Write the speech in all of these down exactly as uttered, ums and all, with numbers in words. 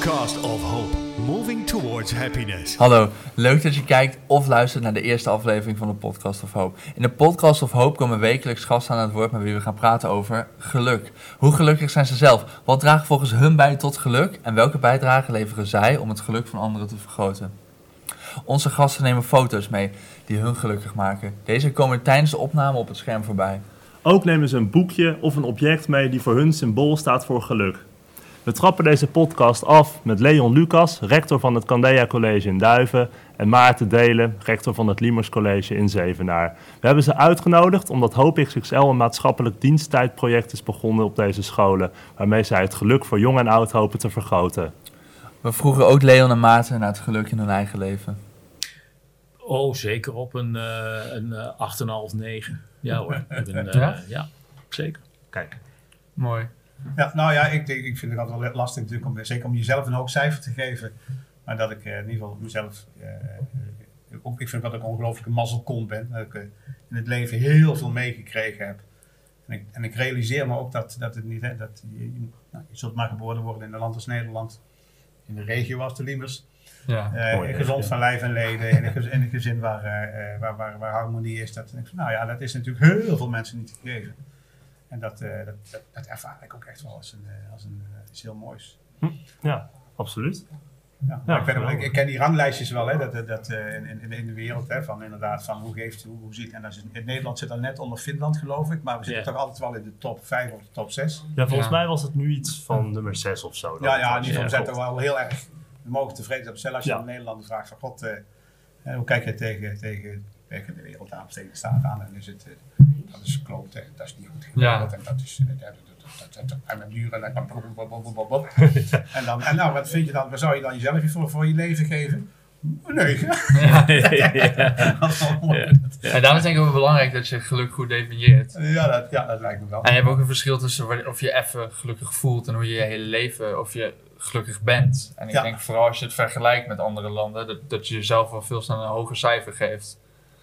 podcast of hope, moving towards happiness. Hallo, leuk dat je kijkt of luistert naar de eerste aflevering van de Podcast of Hope. In de Podcast of Hope komen wekelijks gasten aan het woord met wie we gaan praten over geluk. Hoe gelukkig zijn ze zelf? Wat draagt volgens hun bij tot geluk? En welke bijdrage leveren zij om het geluk van anderen te vergroten? Onze gasten nemen foto's mee die hun gelukkig maken. Deze komen tijdens de opname op het scherm voorbij. Ook nemen ze een boekje of een object mee die voor hun symbool staat voor geluk. We trappen deze podcast af met Leon Lucas, rector van het Candea College in Duiven, en Maarten Delen, rector van het Liemers College in Zevenaar. We hebben ze uitgenodigd omdat Hope X X L een maatschappelijk diensttijdproject is begonnen op deze scholen, waarmee zij het geluk voor jong en oud hopen te vergroten. We vroegen ook Leon en Maarten naar het geluk in hun eigen leven. Oh, zeker op een, uh, een uh, acht komma vijf, negen. Ja hoor, een, uh, ja? ja, zeker. Kijk. Mooi. Ja, nou ja, ik, ik vind het altijd wel lastig natuurlijk, om, zeker om jezelf een hoog cijfer te geven. Maar dat ik uh, in ieder geval mezelf, uh, uh, ook, ik vind dat ik een ongelooflijke mazzelkont ben. Dat ik uh, in het leven heel veel meegekregen heb. En ik, en ik realiseer me ook dat, dat het niet, hè, dat je, nou, je zult maar geboren worden in een land als Nederland. In de regio als de Liemers. Ja, uh, mooi, gezond ja. van lijf en leden, in een gezin, in een gezin waar, uh, waar, waar, waar harmonie is. Dat, ik, nou ja, dat is natuurlijk heel veel mensen niet gegeven. En dat, uh, dat, dat, dat ervaar ik ook echt wel als, een, uh, als een, uh, iets heel moois. Hm, ja, absoluut. Ja, ja, ik, ben, ik, ik ken die ranglijstjes wel, hè, dat, dat, uh, in, in, in de wereld, hè, van inderdaad, van hoe geeft, hoe, hoe ziet, en dat is, in Nederland zit dan net onder Finland, geloof ik, maar we zitten yeah. toch altijd wel in de top vijf of de top zes. Ja, volgens ja. mij was het nu iets van nummer zes of zo. Ja, ja, in ieder geval, we zijn toch wel heel erg, we mogen tevreden zijn. Zelfs als je ja. een Nederlander vraagt van, god, uh, hoe kijk je tegen, tegen, tegen de wereld aan, tegen de staat aan, en dan is het, uh, dat is kloot, dat is niet goed gebeurd, ja. en dat is, uh, dat, en met duren en dan en dan en nou wat vind je dan? Waar zou je dan jezelf voor, voor je leven geven? Een negen. Ja. ja. ja. En daarom denk ik ook belangrijk dat je geluk goed definieert. Ja, dat, ja, dat lijkt me wel. En je hebt ook een verschil tussen of je even gelukkig voelt en hoe je je hele leven, of je gelukkig bent. En ik ja. denk vooral als je het vergelijkt met andere landen, dat, dat je jezelf wel veel sneller een hoger cijfer geeft.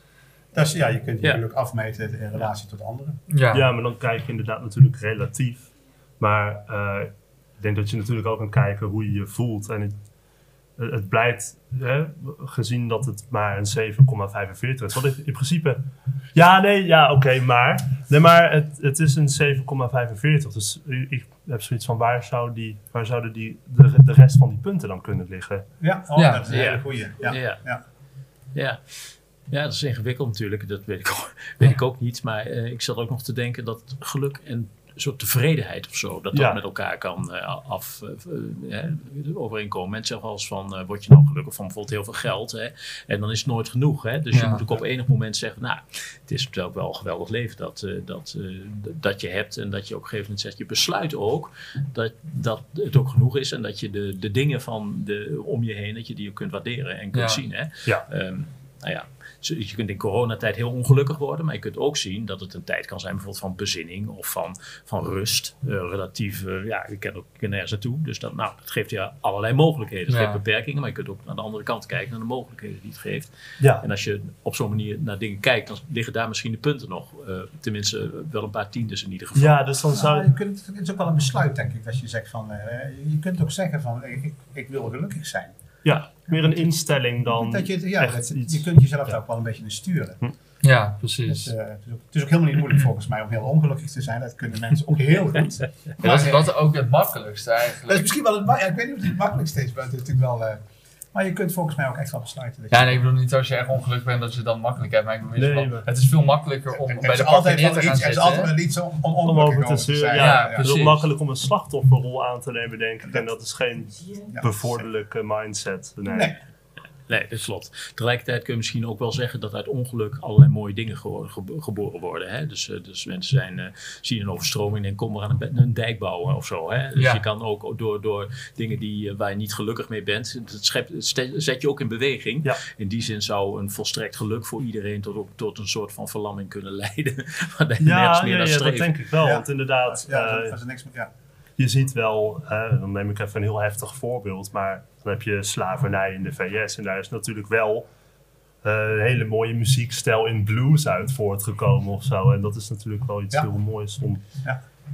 Dus ja, je kunt je ja. geluk afmeten in relatie tot anderen. Ja. ja, maar dan kijk je inderdaad natuurlijk relatief. Maar uh, ik denk dat je natuurlijk ook kan kijken hoe je je voelt. En het, het blijkt, hè, gezien dat het maar een zeven komma vijfenveertig is. Wat in, in principe... Ja, nee, ja, oké, okay, maar... Nee, maar het, het is een zeven komma vijfenveertig. Dus ik heb zoiets van, waar, zou die, waar zouden die, de, de rest van die punten dan kunnen liggen? Ja, oh, ja. dat is een hele goeie. Ja, ja. ja. ja. Ja, dat is ingewikkeld natuurlijk, dat weet ik ook, weet ik ook niet. Maar uh, ik zat ook nog te denken dat geluk en een soort tevredenheid of zo, dat ja. dat met elkaar kan uh, af, uh, uh, overeenkomen. Mensen zeggen wel eens van, uh, word je nou gelukkig van bijvoorbeeld heel veel geld, hè? En dan is het nooit genoeg. Hè? Dus ja. je moet ook op enig moment zeggen, nou, het is natuurlijk wel een geweldig leven dat, uh, dat, uh, dat je hebt. En dat je op een gegeven moment zegt, je besluit ook dat, dat het ook genoeg is. En dat je de, de dingen van de, om je heen, dat je die kunt waarderen en kunt ja. zien. Hè? Ja. Um, nou ja. Je kunt in coronatijd heel ongelukkig worden, maar je kunt ook zien dat het een tijd kan zijn bijvoorbeeld van bezinning of van, van rust. Uh, relatief, uh, ja, je kent ook nergens naartoe. Dus dat, nou, dat geeft je allerlei mogelijkheden. Het ja. geeft beperkingen, maar je kunt ook aan de andere kant kijken naar de mogelijkheden die het geeft. Ja. En als je op zo'n manier naar dingen kijkt, dan liggen daar misschien de punten nog. Uh, tenminste, wel een paar tiendes in ieder geval. Ja, dus dan zou nou, je kunt, het is ook wel een besluit, denk ik, als je zegt van, uh, je kunt ook zeggen van, ik, ik wil gelukkig zijn. Ja, meer een instelling dan dat je, ja, echt dat, iets. Je kunt jezelf daar ook wel een beetje in sturen. Hm. Ja, precies. Dus, uh, het, is ook, het is ook helemaal niet moeilijk volgens mij om heel ongelukkig te zijn. Dat kunnen mensen ook heel goed. Ja, dat is wat ook het makkelijkste eigenlijk. Dat is misschien wel het, ja, ik weet niet of het het makkelijkste is, maar het is natuurlijk wel... Uh, maar je kunt volgens mij ook echt wel besluiten. Dat ja, je nee, ik bedoel niet als je echt ongelukkig bent dat je het dan makkelijk hebt. Maar ik bedoel, nee, maar... het is veel makkelijker om, om bij de partij neer te gaan zitten. Er is altijd wel iets om, om ongelukkig om te zijn. Ja, ja, ja. Het is ook makkelijk om een slachtofferrol aan te nemen, denk ik. En dat is geen ja, bevorderlijke mindset. Nee. nee. Nee, dat klopt. Tegelijkertijd kun je misschien ook wel zeggen dat uit ongeluk allerlei mooie dingen ge- ge- geboren worden. Hè? Dus, uh, dus mensen zijn, uh, zien een overstroming en kom maar aan een, een dijk bouwen of zo. Hè? Dus ja. je kan ook door, door dingen die, uh, waar je niet gelukkig mee bent, dat schept, zet je ook in beweging. Ja. In die zin zou een volstrekt geluk voor iedereen tot, tot een soort van verlamming kunnen leiden. Maar daar ja, nergens meer ja, naar ja, streven. dat denk ik wel. Ja. Want inderdaad, ja, uh, als er niks meer, ja. je ziet wel, uh, dan neem ik even een heel heftig voorbeeld, maar dan heb je slavernij in de V S en daar is natuurlijk wel uh, een hele mooie muziekstijl in blues uit voortgekomen of zo. En dat is natuurlijk wel iets ja. heel moois om... Ja.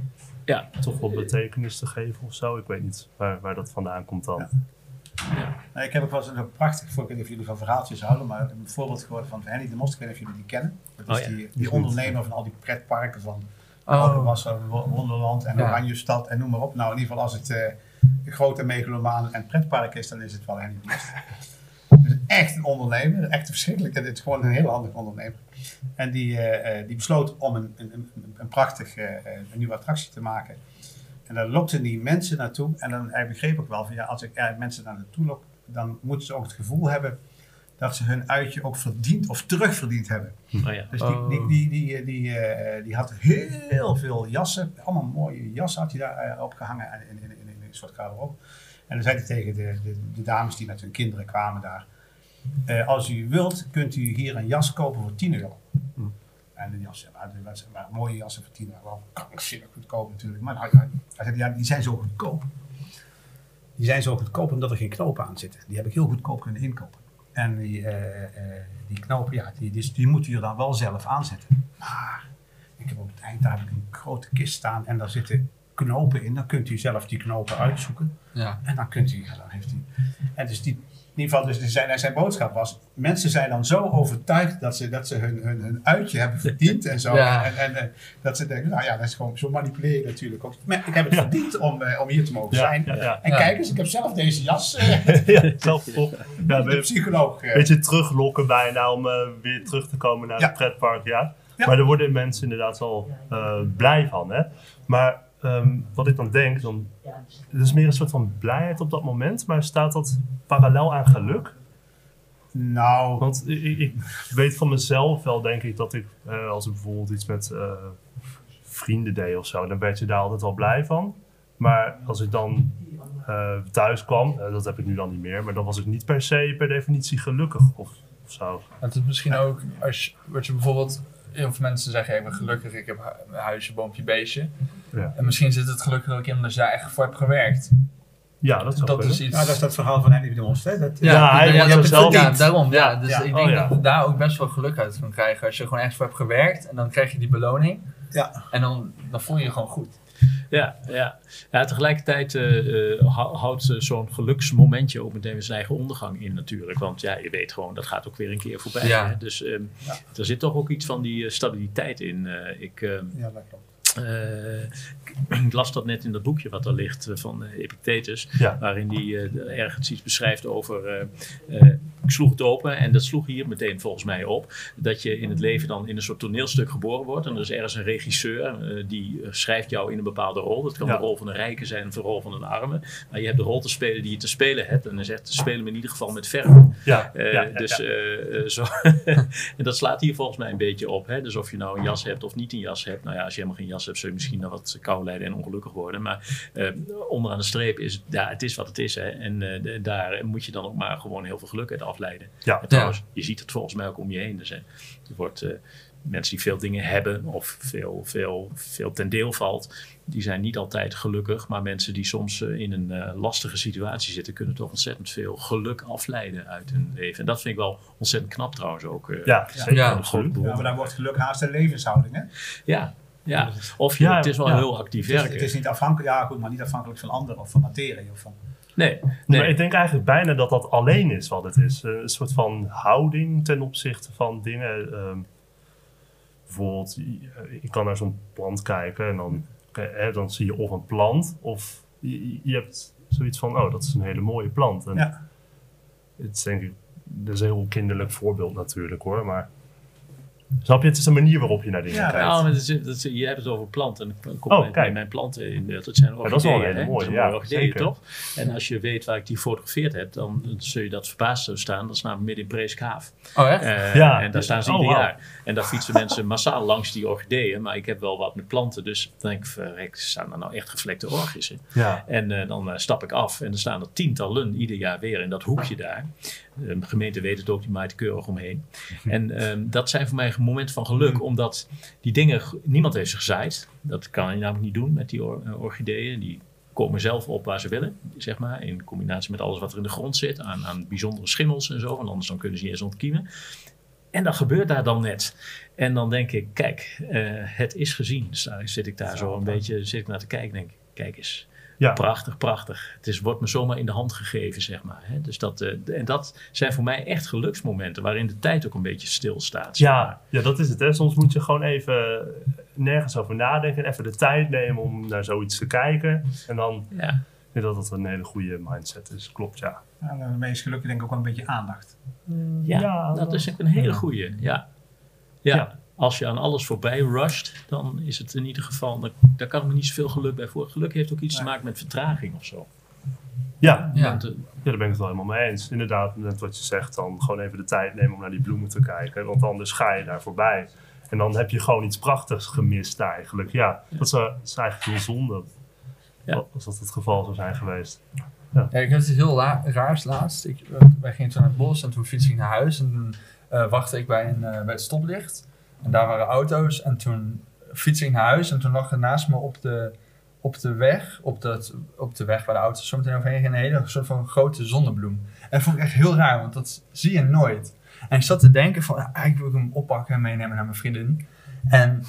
Ja. toch wel betekenis te geven of zo. Ik weet niet waar, waar dat vandaan komt dan. Ja. Ja. Nou, ik heb ook wel eens een prachtig, voor, ik weet niet of jullie van verhaaltjes houden, maar een voorbeeld gehoord van Henny de Most, ik weet niet of jullie die kennen. Dat is oh, ja. die, die ondernemer van al die pretparken van Oh. Wasser, Wonderland en Ja. Oranjestad en noem maar op. Nou, in ieder geval als het uh, een grote megalomaan en pretpark is, dan is het wel Henny de Most. Dus echt een ondernemer, echt verschrikkelijk. Het is gewoon een heel handig ondernemer. En die, uh, die besloot om een, een, een, een prachtig uh, een nieuwe attractie te maken. En daar lokten die mensen naartoe. En dan hij begreep ook wel van ja, als ik er mensen naar naartoe lok, dan moeten ze ook het gevoel hebben dat ze hun uitje ook verdiend of terugverdiend hebben. Oh, ja. Dus die, die, die, die, die, uh, die had heel veel jassen, allemaal mooie jassen had hij daar uh, opgehangen in, in, in, in een soort garderobe. En dan zei hij tegen de, de, de dames die met hun kinderen kwamen daar, uh, als u wilt, kunt u hier een jas kopen voor tien euro. Hmm. En de jassen, maar, maar mooie jassen voor tien euro, krankzinnig goedkoop natuurlijk. Maar hij, hij zei, ja, die zijn zo goedkoop. Die zijn zo goedkoop omdat er geen knopen aan zitten. Die heb ik heel goedkoop kunnen inkopen. En die, uh, uh, die knopen, ja, die, die, die moet je dan wel zelf aanzetten. Maar ik heb op het eind, daar heb ik een grote kist staan en daar zitten knopen in. Dan kunt u zelf die knopen uitzoeken. Ja. En dan kunt u, ja, dan heeft u. En dus die, in ieder geval, dus zijn, zijn boodschap was, mensen zijn dan zo overtuigd dat ze, dat ze hun, hun, hun uitje hebben verdiend en zo. Ja. En, en, en dat ze denken, nou ja, dat is gewoon, zo manipuleer je natuurlijk ook. Maar ik heb het Ja. verdiend om, uh, om hier te mogen Ja, zijn. ja, ja. En Ja. kijk eens, ik heb zelf deze jas. Uh, ja, zelf toch. Ja, de een psycholoog. Uh, beetje teruglokken bijna om uh, weer terug te komen naar Ja. het pretpark. Ja. Ja. Maar daar worden mensen inderdaad wel uh, blij van. Hè? Maar um, wat ik dan denk, dan, het is meer een soort van blijheid op dat moment. Maar staat dat parallel aan geluk? Nou, Want ik, ik weet van mezelf wel, denk ik, dat ik, uh, als ik bijvoorbeeld iets met uh, vrienden deed of zo, dan werd je daar altijd wel blij van. Maar als ik dan uh, thuis kwam, uh, dat heb ik nu dan niet meer, maar dan was ik niet per se per definitie gelukkig of, of zo. Het is misschien ook, als je, wat je bijvoorbeeld, heel veel mensen zeggen, ik ben gelukkig, ik heb hu- huisje, boompje, beestje. Ja, En misschien zit het geluk er ook in omdat je daar echt voor hebt gewerkt. ja dat zou Dat kunnen. is iets... nou, dat is dat verhaal van Henny de Most. Hè? Dat, Ja, hij je wordt hebt er het zelf ja, niet. daarom. Ja, dus Ja. ik Oh, denk ja. dat je daar ook best wel geluk uit kan krijgen. Als je er gewoon ergens voor hebt gewerkt en dan krijg je die beloning. ja. En dan, dan voel je je gewoon goed. Ja, ja. ja tegelijkertijd uh, uh, houdt uh, zo'n geluksmomentje ook meteen zijn eigen ondergang in natuurlijk. Want ja, je weet gewoon, dat gaat ook weer een keer voorbij. Ja. Hè? Dus um, Ja. er zit toch ook iets van die uh, stabiliteit in. Uh, ik, uh, ja, dat klopt. Uh, ik las dat net in dat boekje wat er ligt uh, van uh, Epictetus, Ja. waarin hij uh, ergens iets beschrijft over, uh, uh, ik sloeg het open en dat sloeg hier meteen volgens mij op, dat je in het leven dan in een soort toneelstuk geboren wordt en er is ergens een regisseur uh, die uh, schrijft jou in een bepaalde rol. Dat kan Ja. de rol van een rijke zijn of de rol van een arme, maar je hebt de rol te spelen die je te spelen hebt en dan zegt, spelen we in ieder geval met verf. Ja, Uh, ja, ja, dus ja. uh, uh, zo. En dat slaat hier volgens mij een beetje op. Hè? Dus of je nou een jas hebt of niet een jas hebt. Nou ja, als je helemaal geen jas hebt, zul je misschien nog wat kou lijden en ongelukkig worden. Maar uh, onderaan de streep is ja, het is wat het is. Hè? En uh, de, daar moet je dan ook maar gewoon heel veel geluk uit afleiden. Ja. En trouwens, je ziet het volgens mij ook om je heen. Dus, hè, er wordt uh, mensen die veel dingen hebben of veel, veel, veel ten deel valt, die zijn niet altijd gelukkig. Maar mensen die soms uh, in een uh, lastige situatie zitten, kunnen toch ontzettend veel geluk afleiden uit hun leven. En dat vind ik wel ontzettend knap trouwens ook. Uh, Ja, zeker. Ja. Absoluut. Ja, maar daar wordt geluk haast een levenshouding. Hè? Ja, ja. Of je, Ja, het is wel ja. heel actief Het is, werken. het is niet afhankelijk, ja, goed, maar niet afhankelijk van anderen of van materie. Of van, Nee, Nee. nee. Maar ik denk eigenlijk bijna dat dat alleen is wat het is. Een soort van houding ten opzichte van dingen. Um, bijvoorbeeld, je- je kan naar zo'n plant kijken en dan, eh, dan zie je of een plant of je, je hebt zoiets van, oh, dat is een hele mooie plant. En ja. het is denk ik, dat is een heel kinderlijk voorbeeld natuurlijk hoor, maar snap je, het is een manier waarop je naar dingen Ja, kijkt. Nou, maar dat is, dat is, je hebt het over planten. En dan kom Oh, mijn, kijk. mijn planten in beeld. Dat zijn Ja, dat is wel een orchideeën. hele hè? mooie, Dat zijn ja, orchideeën, zeker. toch? En als je weet waar ik die gefotografeerd heb, dan zul je dat verbaasd zo staan. Dat is namelijk midden in Preeskaaf. Oh echt? Uh, Ja. En daar staan ze Oh, ieder wauw. jaar. En daar fietsen mensen massaal langs die orchideeën. Maar ik heb wel wat met planten. Dus dan denk ik, verrek, staan er nou echt gevlekte orchids in? Ja. En uh, dan uh, stap ik af en er staan er tientallen ieder jaar weer in dat hoekje daar. De gemeente weet het ook, die maait keurig omheen. En um, dat zijn voor mij momenten van geluk, omdat die dingen, niemand heeft ze gezaaid. Dat kan je namelijk niet doen met die or- uh, orchideeën. Die komen zelf op waar ze willen, zeg maar. In combinatie met alles wat er in de grond zit, aan, aan bijzondere schimmels en zo. Want anders dan kunnen ze niet eens ontkiemen. En dat gebeurt daar dan net. En dan denk ik, kijk, uh, het is gezien. Dus daar zit ik daar zo, zo een beetje zit ik naar te kijken. Denk ik, kijk eens. Ja. Prachtig, prachtig. Het is, wordt me zomaar in de hand gegeven, zeg maar. Hè? Dus dat, uh, en dat zijn voor mij echt geluksmomenten waarin de tijd ook een beetje stilstaat. Ja, maar. ja, dat is het. Hè. Soms moet je gewoon even nergens over nadenken. Even de tijd nemen om naar zoiets te kijken. En dan ja. denk ik dat dat een hele goede mindset is. Klopt, ja. Ja, de meest gelukkig denk ik ook wel een beetje aandacht. Ja, ja dat is ook een hele goede. Ja. Ja. ja. Als je aan alles voorbij rusht, dan is het in ieder geval, daar, daar kan ik me niet zoveel geluk bij voor. Geluk heeft ook iets nee. te maken met vertraging of zo. Ja, ja. Want, uh, ja, daar ben ik het wel helemaal mee eens. Inderdaad, net wat je zegt, dan gewoon even de tijd nemen om naar die bloemen te kijken. Want anders ga je daar voorbij. En dan heb je gewoon iets prachtigs gemist eigenlijk. Ja, ja. Dat, is, uh, dat is eigenlijk heel zonde. Ja. Als dat het geval zou zijn geweest. Ja, ja ik heb het heel la- raars laatst. Ik, uh, wij gingen toen naar het bos en toen fietste ik naar huis. En toen uh, wachtte ik bij, een, uh, bij het stoplicht. En daar waren auto's en toen fietste ik naar huis en toen lag er naast me op de, op de weg, op, dat, op de weg waar de auto's zo meteen overheen gingen, een hele soort van grote zonnebloem. En dat vond ik echt heel raar, want dat zie je nooit. En ik zat te denken van, ja, eigenlijk wil ik hem oppakken en meenemen naar mijn vriendin. En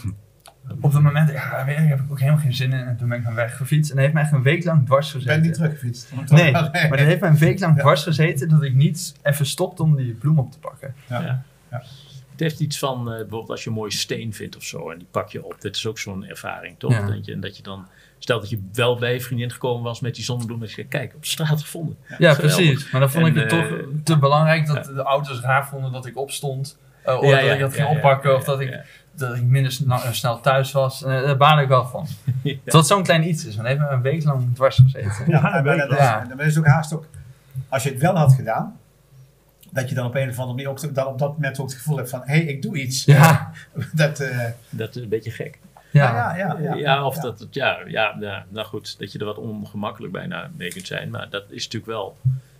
op dat moment, ja, daar heb ik ook helemaal geen zin in en toen ben ik dan weggefietst. En dat heeft mij echt een week lang dwars gezeten. Ik ben niet teruggefietst. Nee, maar dat heeft mij een week lang dwars gezeten dat ik niet even stopte om die bloem op te pakken. Ja. Ja. Ja. Het heeft iets van, uh, bijvoorbeeld als je een mooie steen vindt of zo en die pak je op. Dit is ook zo'n ervaring, toch? Ja. Dat je, en dat je dan, stel dat je wel bij je vriendin gekomen was met die zonnebloem. En je zei, kijk, op straat gevonden. Ja, ja precies. Maar dan vond en, ik het uh, toch te belangrijk dat ja. de auto's raar vonden dat ik opstond. Uh, of ja, dat ja, ik dat ging ja, oppakken. Ja, ja, of dat, ja, ja. Ik, dat ik minder snel, uh, snel thuis was. Uh, daar baan ik wel van. Ja. Tot het zo'n klein iets is. Maar dat heeft me een week lang dwars gezeten. Ja, en dan, ja. dan is het ook haast ook, als je het wel had gedaan. Dat je dan op een of andere manier ook dan op dat moment ook het gevoel hebt van, hé, hey, ik doe iets. Ja. dat, uh, dat is een beetje gek. Ja, ja, ja. ja, ja, ja of ja. dat het, ja, ja, ja, nou goed, dat je er wat ongemakkelijk bijna mee kunt zijn. Maar dat is natuurlijk wel,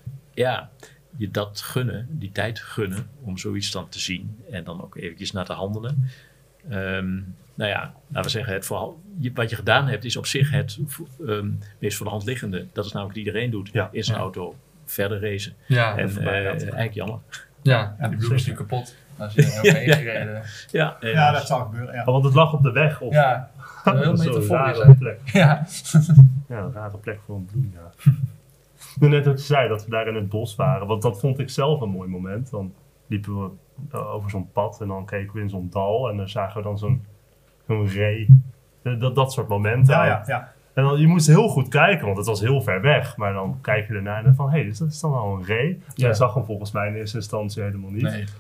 ja, je dat gunnen, die tijd gunnen om zoiets dan te zien. En dan ook eventjes naar te handelen. Um, nou ja, laten we zeggen, het vooral, je, wat je gedaan hebt is op zich het um, meest voor de hand liggende. Dat is namelijk wat iedereen doet ja. in zijn ja. auto. Verder racen. Ja, en uh, eigenlijk jammer. Ja, en die bloem is nu kapot. Als je er overheen gereden. Ja, ja, ja, dat zou gebeuren. Ja. Oh, want het lag op de weg. Of ja, een heel metaforisch plek. Ja. ja, een rare plek voor een bloem, ja. Net wat je zei, dat we daar in het bos waren. Want dat vond ik zelf een mooi moment. Dan liepen we over zo'n pad en dan keken we in zo'n dal. En dan zagen we dan zo'n, zo'n ree. Dat, dat soort momenten. Ja, ja, ja. En dan, je moest heel goed kijken, want het was heel ver weg. Maar dan kijk je ernaar en dan van, hé, hey, is dat is dan al een ree? Jij ja. zag hem volgens mij in eerste instantie helemaal niet. Nee.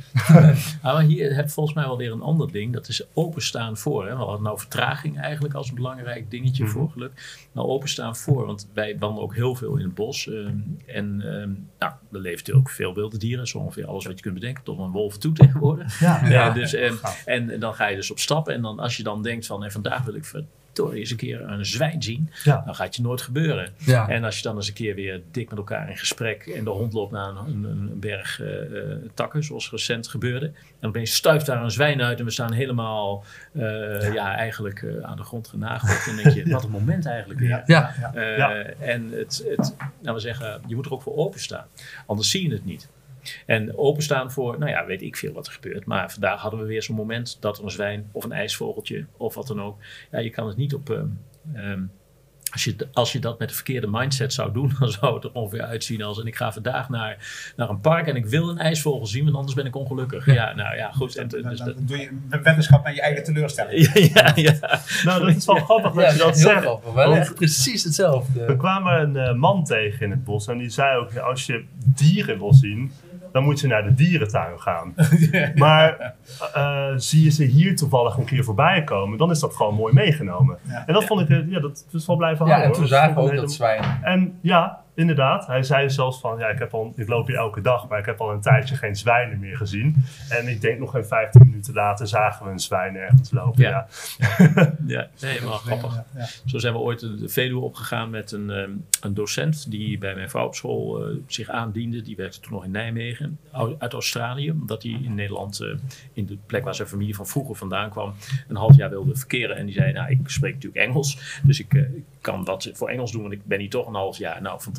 Maar hier heb je volgens mij wel weer een ander ding. Dat is openstaan voor. Hè? We hadden nou vertraging eigenlijk als een belangrijk dingetje mm-hmm. voor geluk. Nou, openstaan voor, want wij wandelen ook heel veel in het bos. Um, en um, nou, er leven natuurlijk ook veel wilde dieren. Zo ongeveer alles wat je kunt bedenken, tot een wolf toe tegenwoordig. Ja, ja, ja, dus, um, en, en dan ga je dus op stap. En dan als je dan denkt van, hey, vandaag wil ik ver- eens een keer een zwijn zien, ja. dan gaat het je nooit gebeuren. Ja. En als je dan eens een keer weer dik met elkaar in gesprek en de hond loopt naar een, een berg uh, takken, zoals recent gebeurde, en opeens stuift daar een zwijn uit en we staan helemaal uh, ja. ja, eigenlijk uh, aan de grond genageld. En dan denk je, wat een moment eigenlijk weer. Ja. Ja. Uh, ja. En het, het, nou we zeggen, je moet er ook voor openstaan. Anders zie je het niet. En openstaan voor, nou ja, weet ik veel wat er gebeurt. Maar vandaag hadden we weer zo'n moment dat er een zwijn of een ijsvogeltje of wat dan ook. Ja, je kan het niet op... Um, um, als, je, als je dat met de verkeerde mindset zou doen, dan zou het er ongeveer uitzien als... En ik ga vandaag naar, naar een park en ik wil een ijsvogel zien, want anders ben ik ongelukkig. Ja, ja nou ja, goed. En, dan, dus dan, dat, dan doe je een weddenschap naar je eigen teleurstelling. Ja, ja, ja. Nou, dat is wel grappig dat ja, je dat zegt. Grappig, wel echt precies hetzelfde. We kwamen een uh, man tegen in het bos en die zei ook, als je dieren wil zien, dan moet je naar de dierentuin gaan. Maar uh, zie je ze hier toevallig een keer voorbij komen, dan is dat gewoon mooi meegenomen. Ja. En dat ja. vond ik, ja, dat is wel blijven ja, houden. En toen zagen we ook dat zwijn. En ja, inderdaad. Hij zei zelfs van, ja, ik, heb al, ik loop hier elke dag, maar ik heb al een tijdje geen zwijnen meer gezien. En ik denk nog geen vijftien minuten later zagen we een zwijn ergens lopen. Ja, ja. ja. Nee, helemaal grappig. Ja, ja. Zo zijn we ooit de Veluwe opgegaan met een, um, een docent die bij mijn vrouw op school uh, zich aandiende. Die werkte toen nog in Nijmegen, uit Australië. Omdat hij in Nederland, uh, in de plek waar zijn familie van vroeger vandaan kwam, een half jaar wilde verkeren. En die zei, nou, ik spreek natuurlijk Engels, dus ik, uh, ik kan dat voor Engels doen, want ik ben hier toch een half jaar. Nou, fantastisch.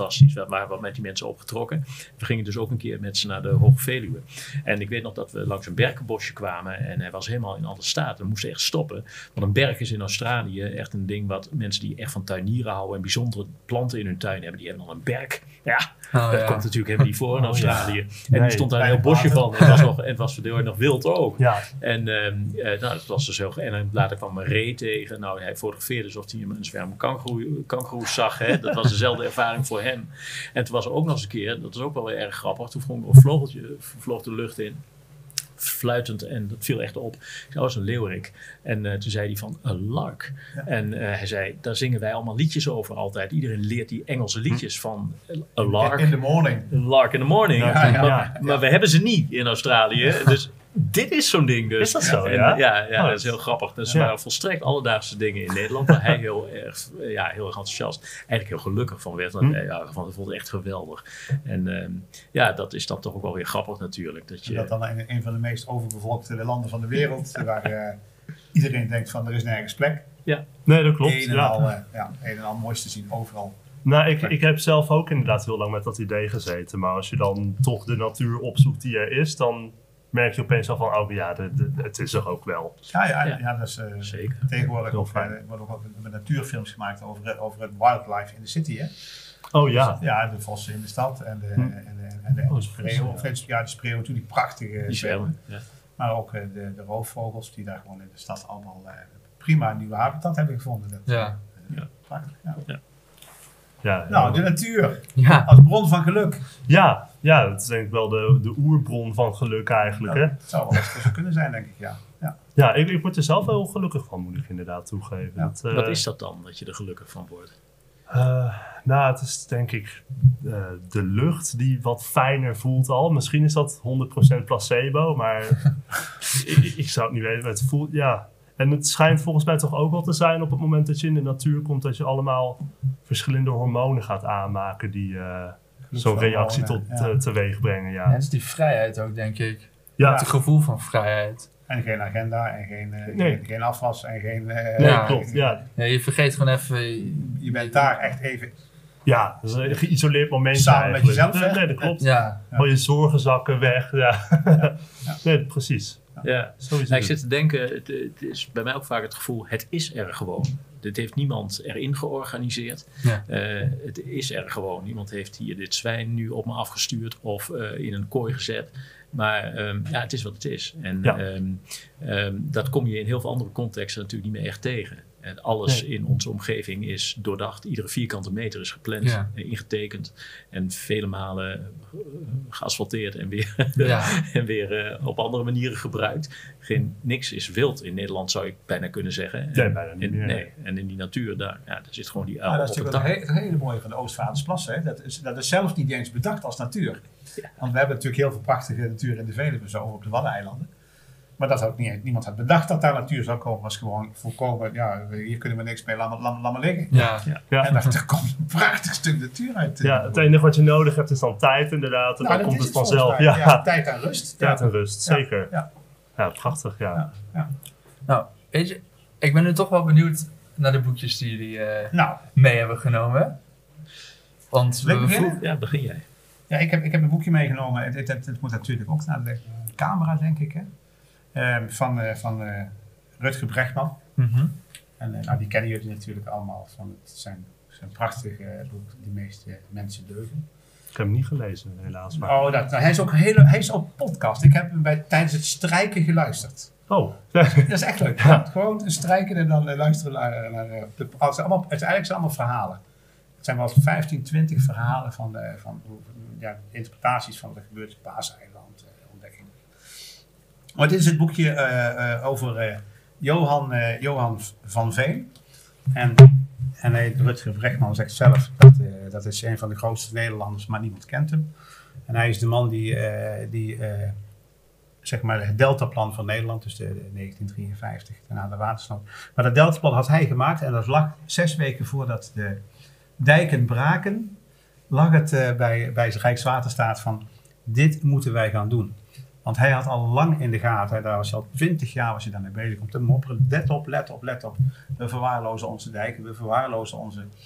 fantastisch. We waren wat met die mensen opgetrokken. We gingen dus ook een keer met ze naar de Hoge Veluwe. En ik weet nog dat we langs een berkenbosje kwamen en hij was helemaal in alle staat. We moesten echt stoppen. Want een berg is in Australië echt een ding wat mensen die echt van tuinieren houden en bijzondere planten in hun tuin hebben, die hebben dan een berg. Ja, Oh, dat ja. komt natuurlijk helemaal niet voor in Australië. En Nee, die stond daar een heel kleine bosje van. En het was nog, en het was verdeeld nog wild ook. Ja, En uh, uh, nou, dat was dus heel... En dan later kwam een ree tegen. Nou, hij fotografeerde alsof hij een zwerm kangoeroe, kangoeroes zag. Hè? Dat was dezelfde ervaring voor hem. En toen was er ook nog eens een keer, dat is ook wel weer erg grappig. Toen vloog een vogeltje, vloog de lucht in. Fluitend en dat viel echt op. Ik zei, oh, dat is een leeuwerik. En uh, toen zei hij van, a lark. Ja. En uh, hij zei, daar zingen wij allemaal liedjes over altijd. Iedereen leert die Engelse liedjes van a lark. In the morning. A lark in the morning. Ja, ja, maar, ja. maar we hebben ze niet in Australië. Dus dit is zo'n ding dus. Is dat zo, En, ja? ja, ja, Oh, dat is heel grappig. Dus ja. er waren volstrekt alledaagse dingen in Nederland. Waar hij heel erg, ja, heel erg enthousiast, eigenlijk heel gelukkig van werd. Want Hm. hij ja, vond het vond het echt geweldig. En uh, ja, dat is dan toch ook wel weer grappig natuurlijk. Dat je, Dat dan in een van de meest overbevolkte landen van de wereld, waar uh, iedereen denkt van er is nergens plek. nee, dat klopt. Een en, Ja. al, uh, ja, een en al moois te zien overal. Nou, ik, ik heb zelf ook inderdaad heel lang met dat idee gezeten. Maar als je dan toch de natuur opzoekt die er is, dan merk je opeens al van, oh ja, de, de, het is er ook wel. Ja, ja, ja. Ja. dat is uh, Zeker. tegenwoordig Heel ook, fijn. uh, worden ook uh, natuurfilms gemaakt over, over het wildlife in de city. Hè? Oh ja. Ja, de vossen in de stad en de, Hm. en de, en de, en Oh, de de spreeuw. vossen, Of het- ja, de spreeuw natuurlijk prachtige Die zwermen. Ja. Maar ook uh, de, de roofvogels die daar gewoon in de stad allemaal uh, prima een nieuwe habitat hebben gevonden. Dat, Ja. uh, Ja. Prachtig, ja. Ja, Nou, de natuur Ja. als bron van geluk. ja, ja, dat is denk ik wel de, de oerbron van geluk eigenlijk. Hè? Dat zou wel eens zo kunnen zijn, denk ik, ja. ja. Ja, ik, ik word er zelf wel gelukkig van, moet ik inderdaad toegeven. Ja. Dat, eh, Wat is dat dan, dat je er gelukkig van wordt? Uh, nou, het is denk ik uh, de lucht die wat fijner voelt al. Misschien is dat honderd procent placebo, maar ik, ik zou het niet weten. Maar het voelt, ja. En het schijnt volgens mij toch ook wel te zijn op het moment dat je in de natuur komt, dat je allemaal verschillende hormonen gaat aanmaken die uh, zo'n reactie tot Ja. uh, teweeg brengen. Ja, Ja, dat is die vrijheid ook, denk ik. ja. Het gevoel van vrijheid. En geen agenda en geen, uh, Nee. geen, geen afwas en geen... Uh, Nee, Ja. klopt. Ja, Ja, je vergeet gewoon even... Je bent daar echt even... ja, dat is een geïsoleerd moment Samen met eigenlijk. jezelf, Nee, hè? nee, dat klopt. Ja. Al je zorgen zakken weg. Ja. Nee, precies. Ja. Sowieso. Nou, ik zit te denken, het, het is bij mij ook vaak het gevoel, het is er gewoon. Dit heeft niemand erin georganiseerd. Ja. Uh, het is er gewoon. Niemand heeft hier dit zwijn nu op me afgestuurd of uh, in een kooi gezet. Maar um, ja, het is wat het is. En Ja. um, um, dat kom je in heel veel andere contexten natuurlijk niet meer echt tegen. En alles Nee. in onze omgeving is doordacht. Iedere vierkante meter is gepland Ja. en ingetekend. En vele malen uh, geasfalteerd en weer, Ja. en weer uh, op andere manieren gebruikt. Geen, niks is wild in Nederland, zou ik bijna kunnen zeggen. En, Nee, bijna niet en, meer. nee, en in die natuur, daar, ja, daar zit gewoon die Ah, uil dat is op het natuurlijk dak. het, he- het hele mooie van de Oostvaardersplassen. Hè. Dat, is, dat is zelf niet eens bedacht als natuur. Ja. Want we hebben natuurlijk heel veel prachtige natuur in de Veluwe, zo op de Waddeneilanden. Maar dat had niet, niemand had bedacht dat daar natuur zou komen. was gewoon volkomen, ja, hier kunnen we niks mee, laat maar, laat maar liggen. Ja. Ja. En daar, daar komt een prachtig stuk natuur uit. Ja, het enige wat je nodig hebt is dan tijd inderdaad. En Nou, dan dat komt is het volgens vanzelf. mij. Ja. Ja, tijd en rust. Tijd Ja. en rust, Ja. zeker. Ja. Ja, prachtig, ja. Ja. Nou, weet je, ik ben nu toch wel benieuwd naar de boekjes die jullie uh, Nou, mee hebben genomen. Want Wil ik we beginnen? voelen- Ja, begin jij. ja, ik, heb, ik heb een boekje meegenomen. Het, het, het, het moet natuurlijk ook naar de camera, denk ik. Hè? Ehm, van uh, van uh, Rutger Bregman. Mhm. En uh, nou, die kennen jullie natuurlijk allemaal. Van het zijn, zijn prachtige uh, boek, Die meeste mensen deugen. Ik heb hem niet gelezen, helaas. Maar... Oh, dat, nou, hij is ook hele, hij is op podcast. Ik heb hem bij, tijdens het strijken geluisterd. Oh, Dat is echt leuk. Ja, gewoon strijken en dan uh, luisteren naar... naar uh, de, het, zijn allemaal, het, eigenlijk zijn allemaal verhalen. Het zijn wel vijftien, twintig verhalen van, uh, van ja, interpretaties van wat er gebeurt op Paaseiland, uh, ontdekkingen. Maar dit is het boekje uh, uh, over uh, Johan, uh, Johan van Veen. En, en hij, Rutger Bregman zegt zelf dat uh, dat is een van de grootste Nederlanders, maar niemand kent hem. En hij is de man die, uh, die uh, zeg maar het deltaplan van Nederland, dus de, de negentien drieënvijftig, daarna de watersnood. Maar dat deltaplan had hij gemaakt en dat lag zes weken voordat de dijken braken, lag het uh, bij, bij Rijkswaterstaat van dit moeten wij gaan doen. Want hij had al lang in de gaten, hè, daar was al twintig jaar was hij daarmee bezig om te mopperen. Let op, let op, let op. We verwaarlozen onze dijken, we verwaarlozen onze,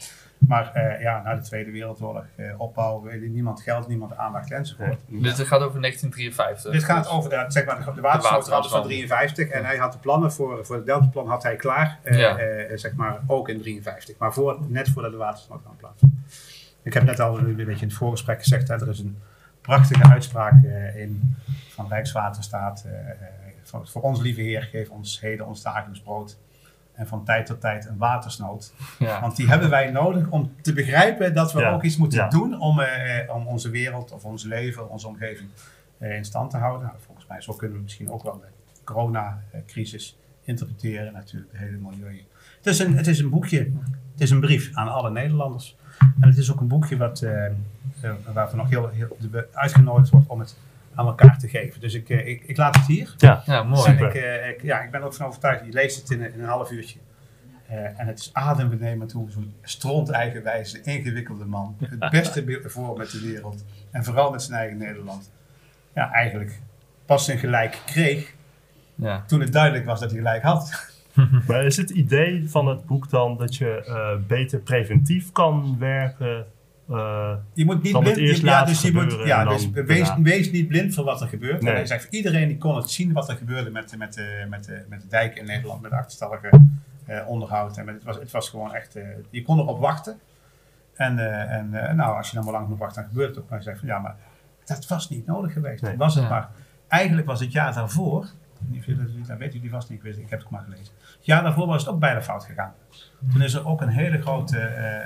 Maar uh, ja, na de Tweede Wereldoorlog uh, opbouw, niemand geld, niemand aandacht enzovoort. Ja. Dit gaat over negentien drieënwaardig. Dit gaat over de, zeg maar, de, de watersnoodramp van drieënvijftig. En hij had de plannen voor, voor het Deltaplan had hij klaar, uh, ja. uh, zeg maar, ook in drieënvijftig. Maar voor, net voordat de watersnoodramp plaatsvond. Ik heb net al een beetje in het voorgesprek gezegd, hè, er is een prachtige uitspraak uh, in, van Rijkswaterstaat. Uh, uh, voor, voor ons lieve Heer, geef ons heden ons dagelijks brood. En van tijd tot tijd een watersnood. Ja. Want die hebben wij nodig om te begrijpen dat we ja. ook iets moeten ja. doen om, uh, om onze wereld of ons leven, onze omgeving uh, in stand te houden. Nou, volgens mij zo kunnen we misschien ook wel de coronacrisis interpreteren. Natuurlijk de hele milieu. Het is, een, het is een boekje, het is een brief aan alle Nederlanders. En het is ook een boekje wat, uh, uh, waarvoor nog heel, heel uitgenodigd wordt om het aan elkaar te geven. Dus ik, uh, ik, ik laat het hier. Ja, ja mooi. En ik, uh, ik, ja, ik ben er ook van overtuigd. Je leest het in, in een half uurtje. Uh, en het is adembenemend hoe zo'n stront-eigenwijze, ingewikkelde man het beste voor met de wereld. En vooral met zijn eigen Nederland. Ja, eigenlijk pas zijn gelijk kreeg ja. toen het duidelijk was dat hij gelijk had. Maar is het idee van het boek dan dat je uh, beter preventief kan werken? Uh, je moet niet blind, je, ja, dus je moet, ja, dus wees, wees niet blind voor wat er gebeurt. Nee. En hij zegt, iedereen die kon het zien wat er gebeurde met, met, de, met, de, met de dijk in Nederland, met de achterstallige uh, onderhoud. En met, het, was, het was gewoon echt, uh, je kon erop wachten. En, uh, en uh, nou, als je dan maar lang genoeg wacht, dan gebeurt het ook. Maar hij zegt van, ja, maar dat was niet nodig geweest. Nee. Was het ja. maar. Eigenlijk was het jaar daarvoor, dat weet jullie vast niet, ik, weet, ik heb het ook maar gelezen. Het jaar daarvoor was het ook bijna fout gegaan. Toen is er ook een hele grote,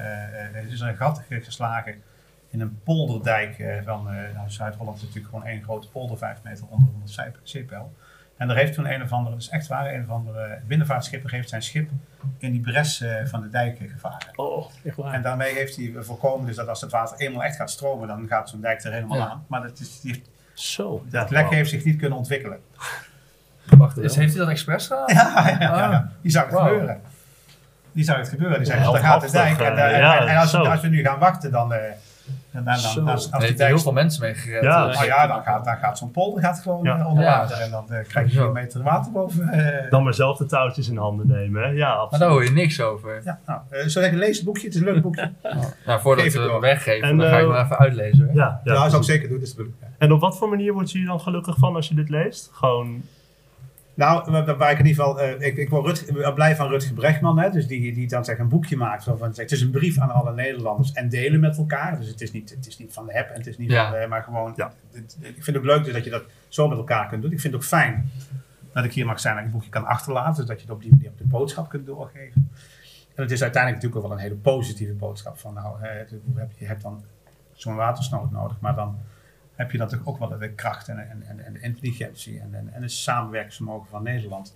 uh, uh, is er een gat geslagen in een polderdijk uh, van, uh, nou, Zuid-Holland is natuurlijk gewoon één grote polder, vijf meter onder de zeepeil. En daar heeft toen een of andere, dat is echt waar, een of andere binnenvaartschipper heeft zijn schip in die bres uh, van de dijk gevaren. Oh, echt waar. En daarmee heeft hij voorkomen dus dat als het water eenmaal echt gaat stromen, dan gaat zo'n dijk er helemaal ja. aan. Maar dat, is, die heeft, Zo, dat lek heeft zich niet kunnen ontwikkelen. Wacht, dus heeft hij dat expres gedaan? Ja, ja, ja, ja. Die zou het wow. gebeuren. Die zou het gebeuren. Die zei, ja, dan gaat de dijk. En, uh, ja, en, en als, als we nu gaan wachten, dan... Uh, dan, dan, dan als, als die dijk heel veel mensen mee gered. Ja, nou ja, dan gaat, dan gaat zo'n polder gaat gewoon ja. uh, onder water. Ja. En dan uh, krijg je een meter water boven. Uh, dan maar zelf de touwtjes in handen nemen. Hè? Ja, absoluut. Maar daar hoor je niks over. Ja, nou, uh, zo lekker lees het boekje. Het is een leuk boekje. Nou, voordat we het weggeven, en, dan ga ik uh, nog even uitlezen. Hè? Ja, ja, ja, dat zou ik zeker doen. Dus, ja. En op wat voor manier word je dan gelukkig van als je dit leest? Gewoon... Nou, waar ik in ieder geval, uh, ik, ik word Rut, blij van Rutger Bregman, hè, dus die, die dan zeg, een boekje maakt. Van, zegt, het is een brief aan alle Nederlanders en delen met elkaar. Dus het is niet, het is niet van de heb en het is niet ja. van de, maar gewoon, ja. het, het, ik vind het ook leuk dus dat je dat zo met elkaar kunt doen. Ik vind het ook fijn dat ik hier mag zijn en een boekje kan achterlaten, dus dat je het op die manier op de boodschap kunt doorgeven. En het is uiteindelijk natuurlijk ook wel een hele positieve boodschap van, nou, hè, je hebt dan zo'n watersnood nodig, maar dan heb je natuurlijk ook wel de kracht en, en, en de intelligentie en, en, en het samenwerkingsvermogen van Nederland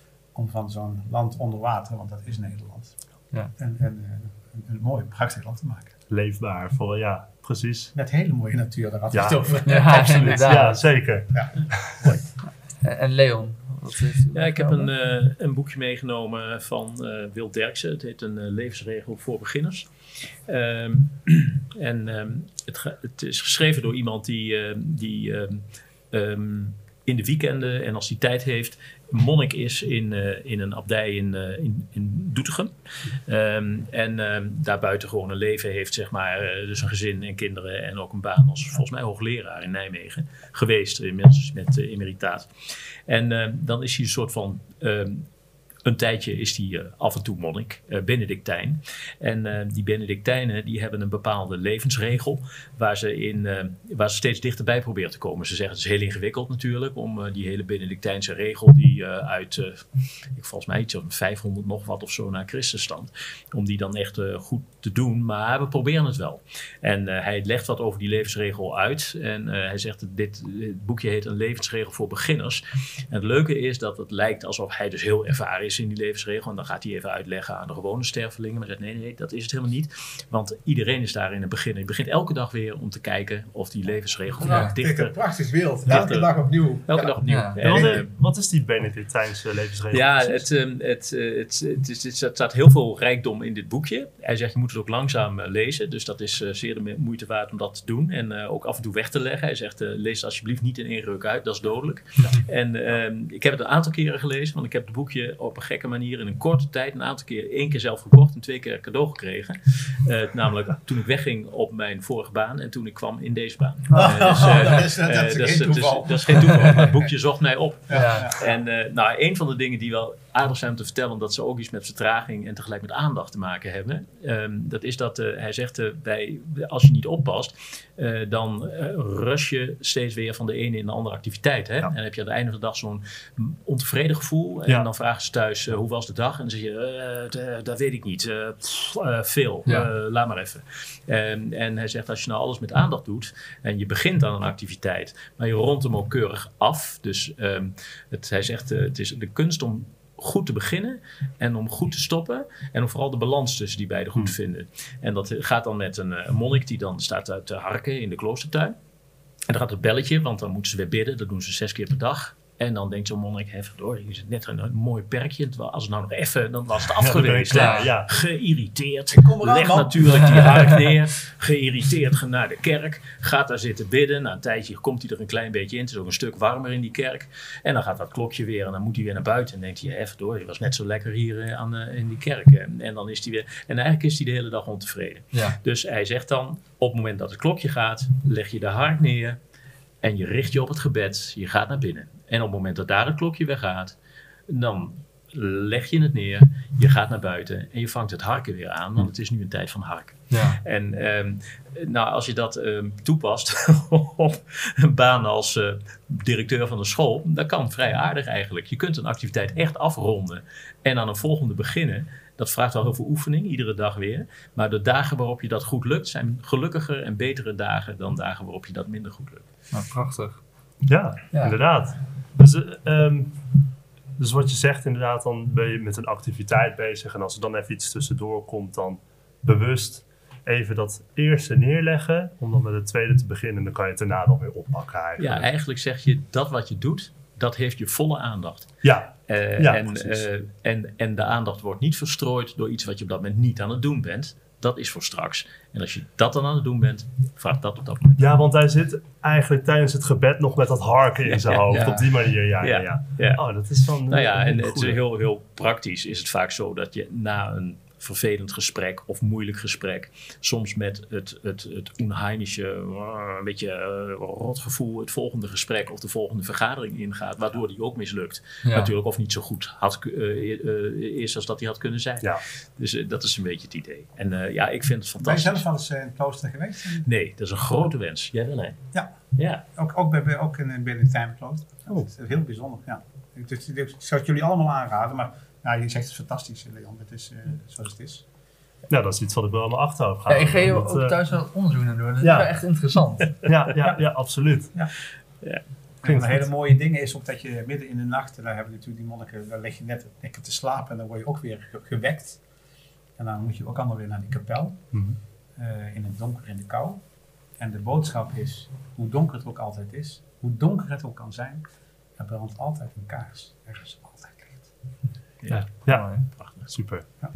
om van zo'n land onder water, want dat is Nederland, ja. en, en, een, een mooi, prachtig land te maken. Leefbaar, voor, ja, precies. Met hele mooie natuur, daar had je ja. het over. Ja, absoluut. Ja, zeker. Ja. Mooi. En Leon? Wat heeft ja, ik heb een, uh, een boekje meegenomen van uh, Wil Derksen. Het heet een uh, levensregel voor beginners. Um, en um, het, ga, het is geschreven door iemand die, uh, die um, um, in de weekenden en als hij tijd heeft monnik is in, uh, in een abdij in, uh, in, in Doetinchem. Um, en um, daarbuiten gewoon een leven heeft, zeg maar, uh, dus een gezin en kinderen en ook een baan als volgens mij hoogleraar in Nijmegen geweest, inmiddels met uh, emeritaat. En uh, dan is hij een soort van... Um, Een tijdje is hij uh, af en toe monnik, uh, Benedictijn. En uh, die Benedictijnen die hebben een bepaalde levensregel waar ze, in, uh, waar ze steeds dichterbij proberen te komen. Ze zeggen het is heel ingewikkeld natuurlijk om uh, die hele Benedictijnse regel die uh, uit, uh, ik, volgens mij iets van vijfhonderd nog wat of zo naar Christus stamt. Om die dan echt uh, goed te doen, maar we proberen het wel. En uh, hij legt wat over die levensregel uit. En uh, hij zegt dat dit, dit boekje heet een levensregel voor beginners. En het leuke is dat het lijkt alsof hij dus heel ervaren is in die levensregel. En dan gaat hij even uitleggen aan de gewone stervelingen. Maar zegt nee, nee, dat is het helemaal niet. Want iedereen is daarin een beginner. Je begint elke dag weer om te kijken of die levensregel ja, dichter... Een prachtig beeld. Elke dichter, dag opnieuw. Elke ja. dag opnieuw. Ja. En, wat, wat is die Benedictijnse levensregel? Ja, het, het, het, het, het, is, het staat heel veel rijkdom in dit boekje. Hij zegt je moet het ook langzaam lezen. Dus dat is uh, zeer de moeite waard om dat te doen. En uh, ook af en toe weg te leggen. Hij zegt uh, lees het alsjeblieft niet in één ruk uit. Dat is dodelijk. Ja. En uh, ik heb het een aantal keren gelezen. Want ik heb het boekje op een gekke manier in een korte tijd een aantal keer, één keer zelf gekocht en twee keer cadeau gekregen. Uh, namelijk toen ik wegging op mijn vorige baan en toen ik kwam in deze baan. Uh, dus, uh, dat is, dat uh, is dat, geen is, toeval. dat is geen toeval. Maar het boekje zocht mij op. Ja, ja. En uh, nou, een van de dingen die wel aardig zijn om te vertellen, omdat ze ook iets met vertraging en tegelijk met aandacht te maken hebben. Um, dat is dat uh, hij zegt, uh, bij, als je niet oppast, uh, dan uh, rush je steeds weer van de ene in de andere activiteit. Hè? Ja. En dan heb je aan het einde van de dag zo'n ontevreden gevoel. En ja. dan vragen ze thuis, uh, hoe was de dag? En dan zeg je, uh, d- dat weet ik niet. Uh, pff, uh, veel. Ja. Uh, laat maar even. Um, en hij zegt, als je nou alles met aandacht doet en je begint aan een activiteit, maar je rondt hem ook keurig af. Dus um, het, hij zegt, uh, het is de kunst om goed te beginnen en om goed te stoppen en om vooral de balans tussen die beiden goed te vinden. En dat gaat dan met een, een monnik die dan staat uit te harken in de kloostertuin. En dan gaat het belletje, want dan moeten ze weer bidden. Dat doen ze zes keer per dag. En dan denkt zo'n monnik, hé verdoor, hier zit net een, een mooi perkje. Als het nou nog even, dan was het af geweest. Ja, ja. Geïrriteerd. Eraan, Leg man. natuurlijk die hark neer. Geïrriteerd naar de kerk. Gaat daar zitten bidden. Na een tijdje komt hij er een klein beetje in. Het is ook een stuk warmer in die kerk. En dan gaat dat klokje weer en dan moet hij weer naar buiten. En denkt hij, hé verdoor, je was net zo lekker hier uh, aan, uh, in die kerk. En, en dan is hij weer, en eigenlijk is hij de hele dag ontevreden. Ja. Dus hij zegt dan, op het moment dat het klokje gaat, leg je de hark neer. En je richt je op het gebed. Je gaat naar binnen. En op het moment dat daar het klokje weer gaat, dan leg je het neer, je gaat naar buiten en je vangt het harken weer aan, want het is nu een tijd van harken. Ja. En um, nou, als je dat um, toepast op een baan als uh, directeur van een school, dat kan vrij aardig eigenlijk. Je kunt een activiteit echt afronden en aan een volgende beginnen. Dat vraagt wel heel veel oefening, iedere dag weer. Maar de dagen waarop je dat goed lukt, zijn gelukkiger en betere dagen dan dagen waarop je dat minder goed lukt. Nou, prachtig. Ja, Ja. inderdaad. Dus, uh, um, dus wat je zegt inderdaad, dan ben je met een activiteit bezig. En als er dan even iets tussendoor komt, dan bewust even dat eerste neerleggen. Om dan met het tweede te beginnen. Dan kan je het daarna dan weer oppakken eigenlijk. Ja, eigenlijk zeg je dat wat je doet, dat heeft je volle aandacht. Ja, Uh, ja en, uh, en, en de aandacht wordt niet verstrooid door iets wat je op dat moment niet aan het doen bent. Dat is voor straks. En als je dat dan aan het doen bent, vraagt dat op dat moment. ja, want hij zit eigenlijk tijdens het gebed nog met dat harken in zijn Ja, hoofd. ja. Op die manier, ja, ja, Ja, ja. ja. Oh, dat is van... Nou ja, uh, en een het is goede. heel, heel praktisch is het vaak zo dat je na een vervelend gesprek of moeilijk gesprek, soms met het, het, het onheimische, een beetje uh, rotgevoel, het volgende gesprek of de volgende vergadering ingaat, waardoor die ook mislukt. Ja. Natuurlijk, of niet zo goed had, uh, uh, is als dat hij had kunnen zijn. Ja. Dus uh, dat is een beetje het idee. En uh, ja, ik vind het Ben je fantastisch. zelf wel eens uh, in het klooster geweest? Nee, dat is een grote wens. Jij wel, hè? Ja. Ja. Ook, ook, bij, bij- ook in een Benedictijnenklooster. Oh. Dat is heel bijzonder, ja. Ik, dus, ik zou het jullie allemaal aanraden, maar ja, je zegt het is fantastisch, Leon. Het is uh, zoals het is. Nou, dat is iets wat ik wel aan mijn achterhoofd ga. Ja, ik ga je Want, ook uh, thuis wel onderzoek naar doen. Dat is ja. wel echt interessant. Ja, ja, ja, absoluut. Ja. Een Klinkt van de hele goed. mooie dingen is ook dat je midden in de nacht, daar hebben natuurlijk die monniken, daar lig je net lekker te slapen en dan word je ook weer ge- gewekt. En dan moet je ook allemaal weer naar die kapel, Mhm. uh, in het donker, in de kou. En de boodschap is, hoe donker het ook altijd is, hoe donker het ook kan zijn, er brandt altijd een kaars. Er is altijd licht. Ja, ja. Mooi. Super. Ja.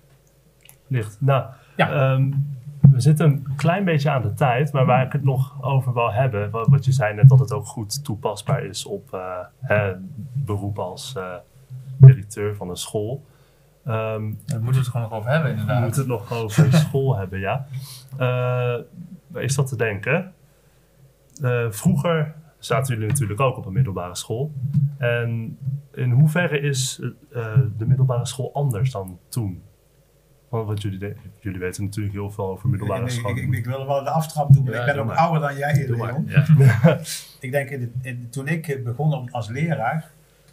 Licht. Nou, Ja. ehm, we zitten een klein beetje aan de tijd, maar waar ik het nog over wil hebben, wat, wat je zei net, dat het ook goed toepasbaar is op uh, hè, beroep als uh, directeur van een school. Um, Daar moeten we het gewoon nog over hebben, we inderdaad. moeten het nog over school hebben, ja. Uh, waar is dat te denken? Uh, vroeger zaten jullie natuurlijk ook op een middelbare school. En in hoeverre is uh, de middelbare school anders dan toen? Want wat jullie, de- jullie weten natuurlijk heel veel over middelbare Ik, ik, school. ik, ik wil wel de aftrap doen, maar Ja, ik ben doe ook maar. ouder dan jij, Doe maar. Leon. Ja. Ik denk, in de, in, toen ik begon om- als leraar,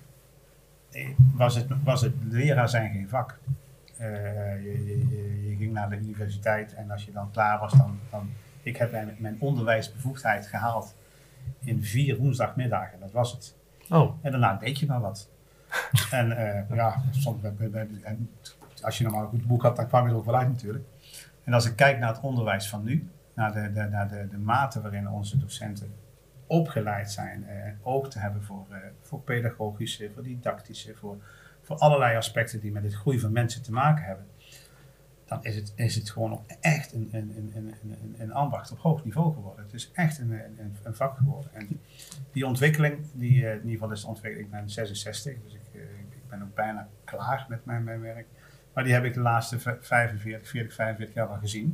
eh, was het, was het leraar zijn geen vak. Eh, je, je, je, je ging naar de universiteit en als je dan klaar was, dan... dan ik heb mijn, mijn onderwijsbevoegdheid gehaald in vier woensdagmiddagen, dat was het. Oh, En daarna deed je maar wat. En uh, ja, soms, en als je nog maar een goed boek had, dan kwam je er ook wel uit natuurlijk. En als ik kijk naar het onderwijs van nu, naar de, de, naar de, de mate waarin onze docenten opgeleid zijn, uh, oog te hebben voor, uh, voor pedagogische, voor didactische, voor, voor allerlei aspecten die met het groei van mensen te maken hebben, dan is het, is het gewoon ook echt een, een, een, een, een, een ambacht op hoog niveau geworden. Het is echt een, een, een vak geworden. En die ontwikkeling, die, uh, in ieder geval is de ontwikkeling, ik ben zesenzestig, dus ik, uh, ik ben ook bijna klaar met mijn, mijn werk. Maar die heb ik de laatste vijfenveertig, veertig, vijfenveertig jaar al gezien.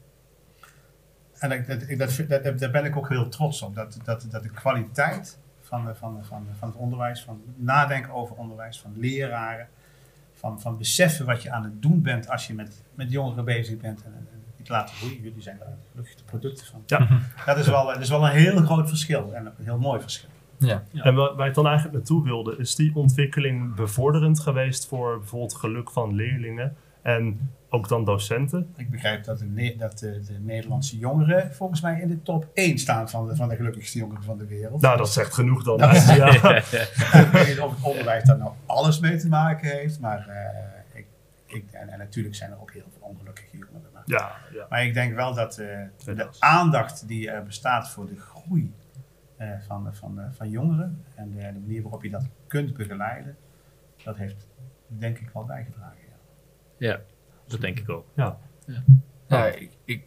En dat, dat, dat, dat, daar ben ik ook heel trots op. Dat, dat, dat de kwaliteit van, de, van, de, van, de, van het onderwijs, van nadenken over onderwijs, van leraren, van, van beseffen wat je aan het doen bent als je met, met jongeren bezig bent. En, en niet laten groeien. Jullie zijn daar gelukkig de producten van. Ja. Dat is wel, dat is wel een heel groot verschil en een heel mooi verschil. Ja. Ja. En waar wij dan eigenlijk naartoe wilden, is die ontwikkeling bevorderend geweest voor bijvoorbeeld geluk van leerlingen en ook dan docenten? Ik begrijp dat de, ne- dat de, de Nederlandse jongeren volgens mij in de top één staan van de, van de gelukkigste jongeren van de wereld. Nou, dat zegt genoeg dan. Dat- Ja. Ik weet niet of het onderwijs daar nou alles mee te maken heeft, maar uh, ik, ik, en, en natuurlijk zijn er ook heel veel ongelukkige jongeren. Maar, Ja, ja. maar ik denk wel dat uh, de Helaas. aandacht die er bestaat voor de groei uh, van, van, uh, van jongeren en de, de manier waarop je dat kunt begeleiden, dat heeft denk ik wel bijgedragen. Ja. Ja, dat denk ik ook. Ja. Ja, ik, ik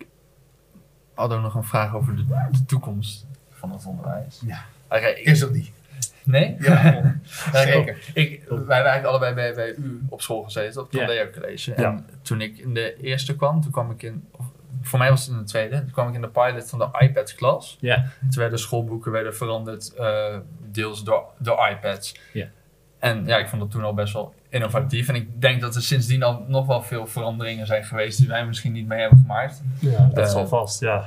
had ook nog een vraag over de, de toekomst van het onderwijs. Ja. Oké, ik- Is er die? nee? Ja, Ja, zeker. ik, ik, wij hebben eigenlijk allebei bij, bij u op school gezeten, op het Ja. Tondeo College. Ja. En toen ik in de eerste kwam, toen kwam ik in, of, voor mij was het in de tweede, toen kwam ik in de pilot van de iPad-klas. Ja, Toen werden schoolboeken werden veranderd, uh, deels door, door iPads. Ja. En ja, ik vond dat toen al best wel innovatief. En ik denk dat er sindsdien al nog wel veel veranderingen zijn geweest die wij misschien niet mee hebben gemaakt. Ja, dat Uh, zal vast, ja.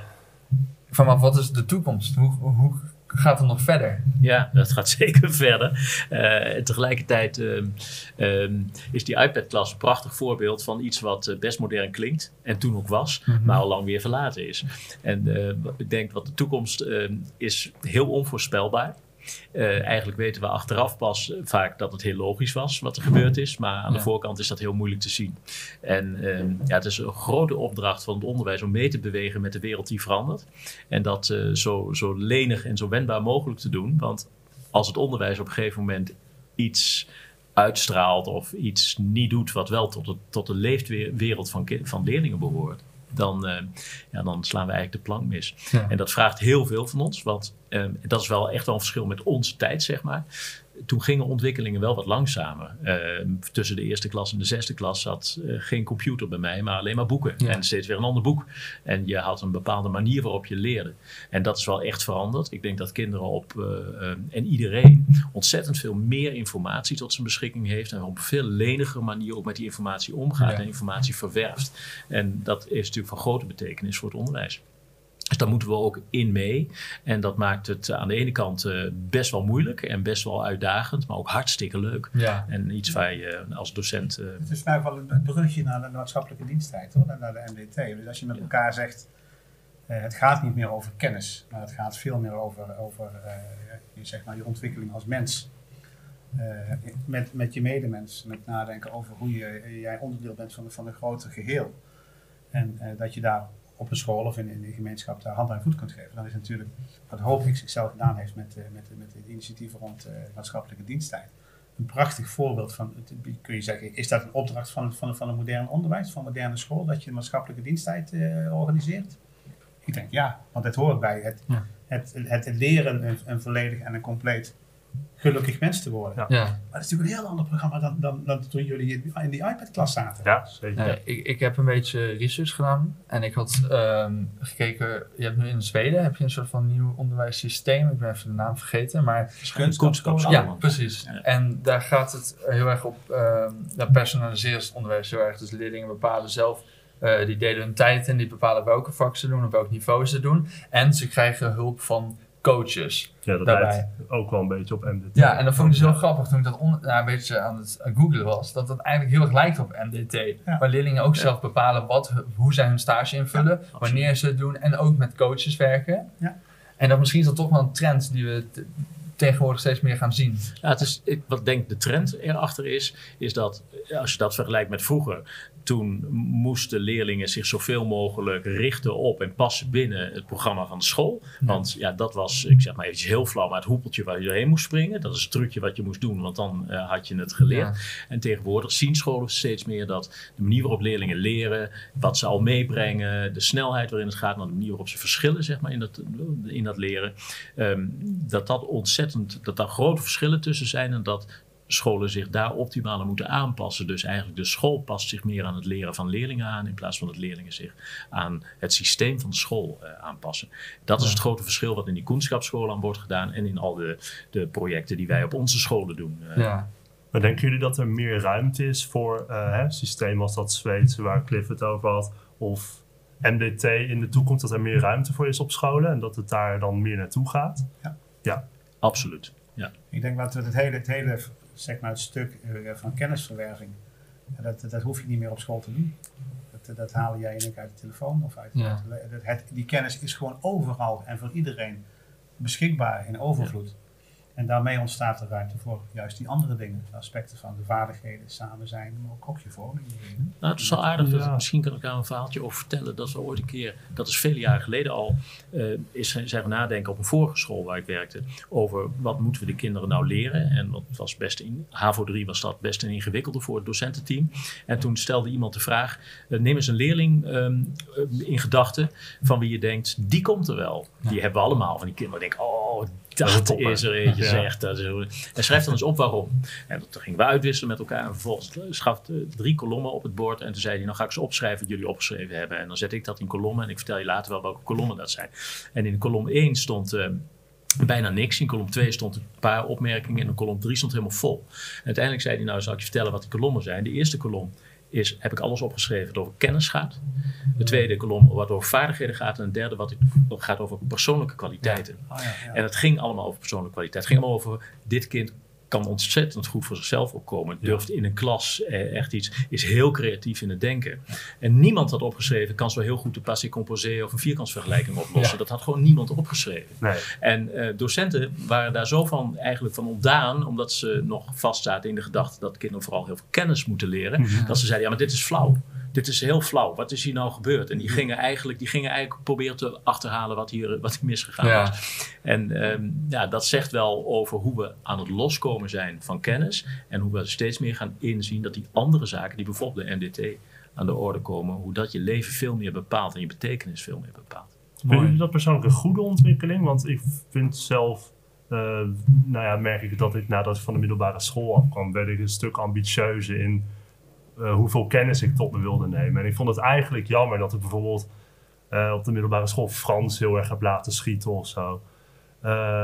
Ik vraag me af, wat is de toekomst? Hoe, hoe gaat het nog verder? ja, dat gaat zeker verder. Uh, en tegelijkertijd um, um, is die iPad-klas een prachtig voorbeeld van iets wat uh, best modern klinkt. En toen ook was, Mhm. maar al lang weer verlaten is. En uh, ik denk wat de toekomst uh, is heel onvoorspelbaar. Uh, eigenlijk weten we achteraf pas vaak dat het heel logisch was wat er gebeurd is. Maar aan de Ja. voorkant is dat heel moeilijk te zien. En um, ja, het is een grote opdracht van het onderwijs om mee te bewegen met de wereld die verandert. En dat uh, zo, zo lenig en zo wendbaar mogelijk te doen. Want als het onderwijs op een gegeven moment iets uitstraalt of iets niet doet wat wel tot, het, tot de leefwereld van, ki- van leerlingen behoort, dan, uh, ja, dan slaan we eigenlijk de plank mis. Ja. En dat vraagt heel veel van ons, want um, dat is wel echt wel een verschil met onze tijd, zeg maar. Toen gingen ontwikkelingen wel wat langzamer. Uh, tussen de eerste klas en de zesde klas zat uh, geen computer bij mij, maar alleen maar boeken. Ja. En steeds weer een ander boek. En je had een bepaalde manier waarop je leerde. En dat is wel echt veranderd. Ik denk dat kinderen op, uh, uh, en iedereen ontzettend veel meer informatie tot zijn beschikking heeft. En op een veel lenigere manier ook met die informatie omgaat Ja. en informatie verwerft. En dat is natuurlijk van grote betekenis voor het onderwijs. Dus daar moeten we ook in mee. En dat maakt het aan de ene kant uh, best wel moeilijk en best wel uitdagend, maar ook hartstikke leuk. Ja. En iets waar je uh, als docent... Uh, Het is nou wel een brugje naar de maatschappelijke diensttijd, hoor, naar de M D T. Dus als je met Ja. elkaar zegt, uh, het gaat niet meer over kennis, maar het gaat veel meer over, over uh, je, zeg maar, je ontwikkeling als mens. Uh, met, met je medemens, met nadenken over hoe je, jij onderdeel bent van, van een groter geheel. En uh, dat je daar op een school of in, in de gemeenschap daar hand aan voet kunt geven. Dan is natuurlijk wat Hoop X zichzelf gedaan heeft met, uh, met, met de initiatieven rond uh, maatschappelijke diensttijd. Een prachtig voorbeeld van, kun je zeggen, is dat een opdracht van, van, van een modern onderwijs, van een moderne school, dat je een maatschappelijke diensttijd uh, organiseert? Ik denk ja, want het hoort bij het, Ja. het, het, het leren een, een volledig en een compleet gelukkig mens te worden. Ja. Ja. Maar dat is natuurlijk een heel ander programma dan, dan, dan toen jullie in die iPad-klas zaten. Ja, zeker. Nee, ik, ik heb een beetje research gedaan en ik had um, gekeken, je hebt nu in Zweden heb je een soort van nieuw onderwijssysteem, ik ben even de naam vergeten, maar Kunskapschool. ja, precies. Ja. En daar gaat het heel erg op, um, daar personaliseert het onderwijs heel erg, dus leerlingen bepalen zelf, uh, die delen hun tijd in, die bepalen welke vak ze doen, op welk niveau ze doen en ze krijgen hulp van coaches. Ja, dat daarbij. lijkt ook wel een beetje op M D T. Ja, en dat vond ik dus heel grappig toen ik dat on- nou, een beetje aan het googlen was. Dat dat eigenlijk heel erg lijkt op M D T. Ja. Waar leerlingen ook Ja. zelf bepalen wat, hoe zij hun stage invullen, wanneer ze het doen en ook met coaches werken. Ja. En dat misschien is dat toch wel een trend die we t- tegenwoordig steeds meer gaan zien. Ja, het is, ik, wat ik denk de trend erachter is, is dat als je dat vergelijkt met vroeger, toen moesten leerlingen zich zoveel mogelijk richten op en passen binnen het programma van de school. Want ja, dat was, ik zeg maar eventjes heel flauw, maar het hoepeltje waar je doorheen moest springen. Dat is het trucje wat je moest doen, want dan uh, had je het geleerd. Ja. En tegenwoordig zien scholen steeds meer dat de manier waarop leerlingen leren, wat ze al meebrengen, de snelheid waarin het gaat, maar de manier waarop ze verschillen zeg maar, in, dat, in dat leren, um, dat dat ontzettend, dat daar grote verschillen tussen zijn en dat scholen zich daar optimaal aan moeten aanpassen. Dus eigenlijk de school past zich meer aan het leren van leerlingen aan, in plaats van dat leerlingen zich aan het systeem van de school uh, aanpassen. Dat is het grote verschil wat in die Koenschapsschool aan wordt gedaan en in al de, de projecten die wij op onze scholen doen. Uh, Ja. Maar denken jullie dat er meer ruimte is voor uh, hè, systeem als dat Zweedse waar Cliff het over had, of M D T in de toekomst, dat er meer ruimte voor is op scholen en dat het daar dan meer naartoe gaat? Ja. Ja. Absoluut. Ja. Ik denk dat het hele, het hele zeg maar het stuk uh, van kennisverwerving, dat, dat hoef je niet meer op school te doen. Dat, dat haal jij in uit de telefoon of uit. Ja. Het, het, die kennis is gewoon overal en voor iedereen beschikbaar in overvloed. Ja. En daarmee ontstaat er ruimte voor juist die andere dingen. De aspecten van de vaardigheden, samen zijn, maar ook, ook je vorming. Nou, het is wel aardig, dat, Ja. misschien kan ik daar een verhaaltje over vertellen. Dat we ooit een keer, dat is vele jaren geleden al, uh, is, zijn we nadenken op een vorige school waar ik werkte. Over wat moeten we de kinderen nou leren. En dat was best in, HAVO drie was dat best een ingewikkelde voor het docententeam. En toen stelde iemand de vraag, uh, neem eens een leerling um, in gedachten van wie je denkt, die komt er wel. Ja. Die hebben we allemaal van die kinderen. Denken, oh, dat, dat is er eentje, ja. zegt. Dat is er. En schrijf dan eens op waarom. En toen gingen we uitwisselen met elkaar. En vervolgens schaf drie kolommen op het bord. En toen zei hij, nou ga ik eens opschrijven wat jullie opgeschreven hebben. En dan zet ik dat in kolommen. En ik vertel je later wel welke kolommen dat zijn. En in kolom één stond uh, bijna niks. In kolom twee stond een paar opmerkingen. En in kolom drie stond helemaal vol. En uiteindelijk zei hij, nou zal ik je vertellen wat die kolommen zijn. De eerste kolom is, heb ik alles opgeschreven wat over kennis gaat. De tweede kolom wat over vaardigheden gaat. En de derde wat gaat over persoonlijke kwaliteiten. Ja. Oh ja, ja. En het ging allemaal over persoonlijke kwaliteit. Het ging allemaal over dit kind kan ontzettend goed voor zichzelf opkomen. Ja. Durft in een klas eh, echt iets. Is heel creatief in het denken. Ja. En niemand had opgeschreven, kan zo heel goed de passé composé of een vierkantsvergelijking oplossen. Ja. Dat had gewoon niemand opgeschreven. Nee. En uh, docenten waren daar zo van eigenlijk van ontdaan, omdat ze nog vastzaten in de gedachte dat kinderen vooral heel veel kennis moeten leren. Mm-hmm. Dat ze zeiden, ja maar dit is flauw. Dit is heel flauw. Wat is hier nou gebeurd? En die gingen eigenlijk, die gingen eigenlijk proberen te achterhalen wat hier, wat hier misgegaan ja. was. En um, ja, dat zegt wel over hoe we aan het loskomen zijn van kennis. En hoe we steeds meer gaan inzien dat die andere zaken, die bijvoorbeeld de M D T aan de orde komen, hoe dat je leven veel meer bepaalt en je betekenis veel meer bepaalt. Vinden jullie dat persoonlijk een goede ontwikkeling? Want ik vind zelf, uh, nou ja, merk ik dat ik nadat ik van de middelbare school afkwam, werd ik een stuk ambitieuzer in Uh, hoeveel kennis ik tot me wilde nemen. En ik vond het eigenlijk jammer dat ik bijvoorbeeld uh, op de middelbare school Frans heel erg heb laten schieten of zo. Uh,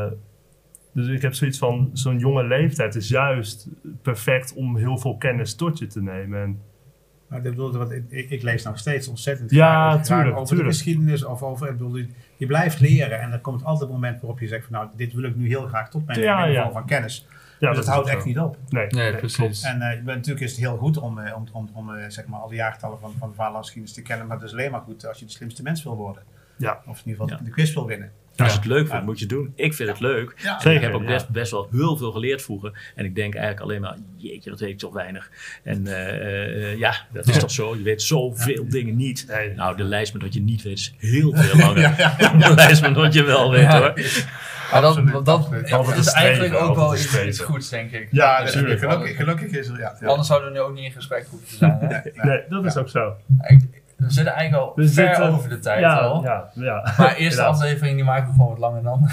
dus ik heb zoiets van, zo'n jonge leeftijd is juist perfect om heel veel kennis tot je te nemen. En maar dat bedoelde, wat ik, ik lees nog steeds ontzettend ja, graag, tuurlijk, graag over tuurlijk. de geschiedenis of over, ik bedoel, je blijft leren en er komt altijd een moment waarop je zegt van nou, dit wil ik nu heel graag tot mij nemen ja, in de vorm ja. van kennis. Ja, dus dat, dat houdt echt zo. Niet op. Nee, nee, nee precies. En uh, natuurlijk is het heel goed om, uh, om, om, om uh, zeg maar, al die jaartallen van, van de vaderlandsgeschiedenis te kennen, maar het is alleen maar goed als je de slimste mens wil worden. Ja. Of in ieder geval ja. de quiz wil winnen. Ja. Als je het leuk vindt, ja. moet je het doen. Ik vind het leuk. Ja. En ik heb ook best, best wel heel veel geleerd vroeger. En ik denk eigenlijk alleen maar, jeetje, dat weet ik toch weinig. En uh, uh, ja, dat is ja. toch zo. Je weet zoveel ja. dingen niet. Nee. Nou, de lijst met wat je niet weet is heel veel langer ja, ja, ja, ja. de lijst met wat je wel weet ja. hoor. Maar dat, dat, dat, dat is eigenlijk ook wel iets, iets goeds, denk ik. Ja, natuurlijk. Gelukkig, gelukkig is er, ja. Anders zouden we nu ook niet in gesprek hoeven te zijn. Hè? Nee, nee, dat is ja. ook zo. We zitten eigenlijk al we ver zitten, over de tijd ja, al. Ja, ja. Maar de eerste aflevering die maken we gewoon wat langer dan.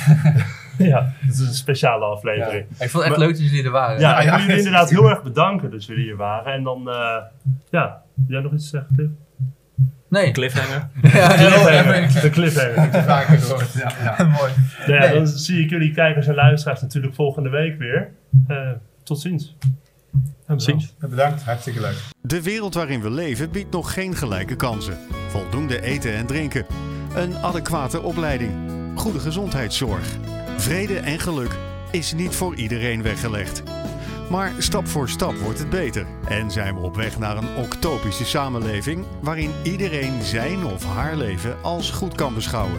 Ja, het is een speciale aflevering. Ja. Ik vond het echt maar, leuk dat jullie er waren. Ja, ik wil jullie inderdaad heel erg bedanken dat jullie hier waren. En dan, uh, ja, jij nog iets te zeggen, Cliff? Nee. Cliffhanger. Ja, cliffhanger. De cliffhanger. De vaker gehoord. Ja, ja. Mooi. Ja, nee. Dan zie ik jullie kijkers en luisteraars natuurlijk volgende week weer. Uh, tot ziens. Bedankt. Bedankt, hartstikke leuk. De wereld waarin we leven biedt nog geen gelijke kansen. Voldoende eten en drinken. Een adequate opleiding. Goede gezondheidszorg. Vrede en geluk is niet voor iedereen weggelegd. Maar stap voor stap wordt het beter. En zijn we op weg naar een octopische samenleving waarin iedereen zijn of haar leven als goed kan beschouwen.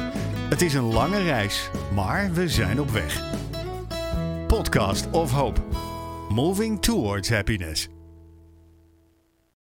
Het is een lange reis, maar we zijn op weg. Podcast of Hope. Moving towards happiness.